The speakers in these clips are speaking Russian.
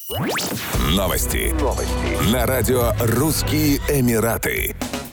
Новости. На радио «Русские Эмираты».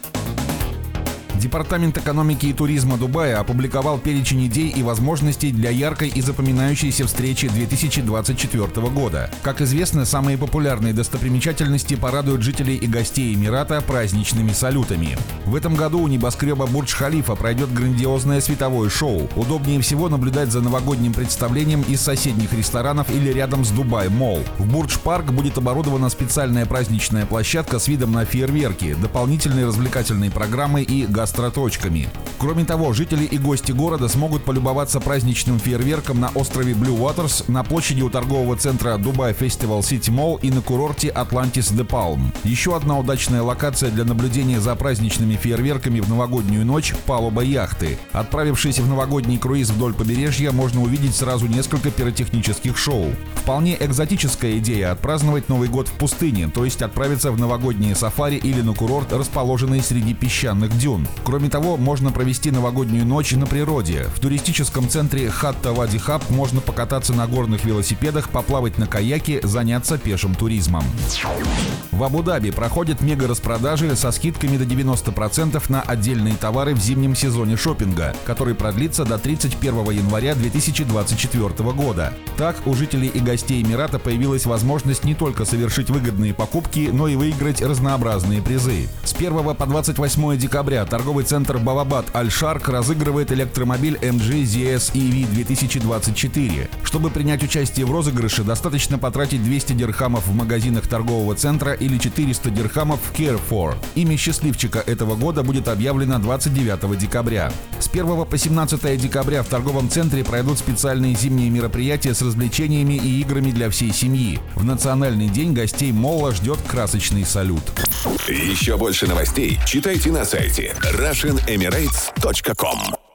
Департамент экономики и туризма Дубая опубликовал перечень идей и возможностей для яркой и запоминающейся встречи 2024 года. Как известно, самые популярные достопримечательности порадуют жителей и гостей Эмирата праздничными салютами. В этом году у небоскреба Бурдж-Халифа пройдет грандиозное световое шоу. Удобнее всего наблюдать за новогодним представлением из соседних ресторанов или рядом с Дубай Молл. В Бурдж-парк будет оборудована специальная праздничная площадка с видом на фейерверки, дополнительные развлекательные программы и гастроточками. Кроме того, жители и гости города смогут полюбоваться праздничным фейерверком на острове Blue Waters, на площади у торгового центра Dubai Festival City Mall и на курорте Atlantis The Palm. Еще одна удачная локация для наблюдения за праздничными фейерверками в новогоднюю ночь – палуба яхты. Отправившись в новогодний круиз вдоль побережья, можно увидеть сразу несколько пиротехнических шоу. Вполне экзотическая идея – отпраздновать Новый год в пустыне, то есть отправиться в новогодние сафари или на курорт, расположенный среди песчаных дюн. Кроме того, можно провести новогоднюю ночь на природе. В туристическом центре Хатта Вади Хаб можно покататься на горных велосипедах, поплавать на каяке, заняться пешим туризмом. В Абу-Даби проходят мега-распродажи со скидками до 90% на отдельные товары в зимнем сезоне шопинга, который продлится до 31 января 2024 года. Так, у жителей и гостей Эмирата появилась возможность не только совершить выгодные покупки, но и выиграть разнообразные призы. С 1 по 28 декабря торговый центр Балабат Аль-Шарк разыгрывает электромобиль MG ZS EV 2024. Чтобы принять участие в розыгрыше, достаточно потратить 200 дирхамов в магазинах торгового центра или 400 дирхамов в Carrefour. Имя счастливчика этого года будет объявлено 29 декабря. С 1 по 17 декабря в торговом центре пройдут специальные зимние мероприятия с развлечениями и играми для всей семьи. В национальный день гостей молла ждет красочный салют. Еще больше новостей читайте на сайте RussianEmirates.com.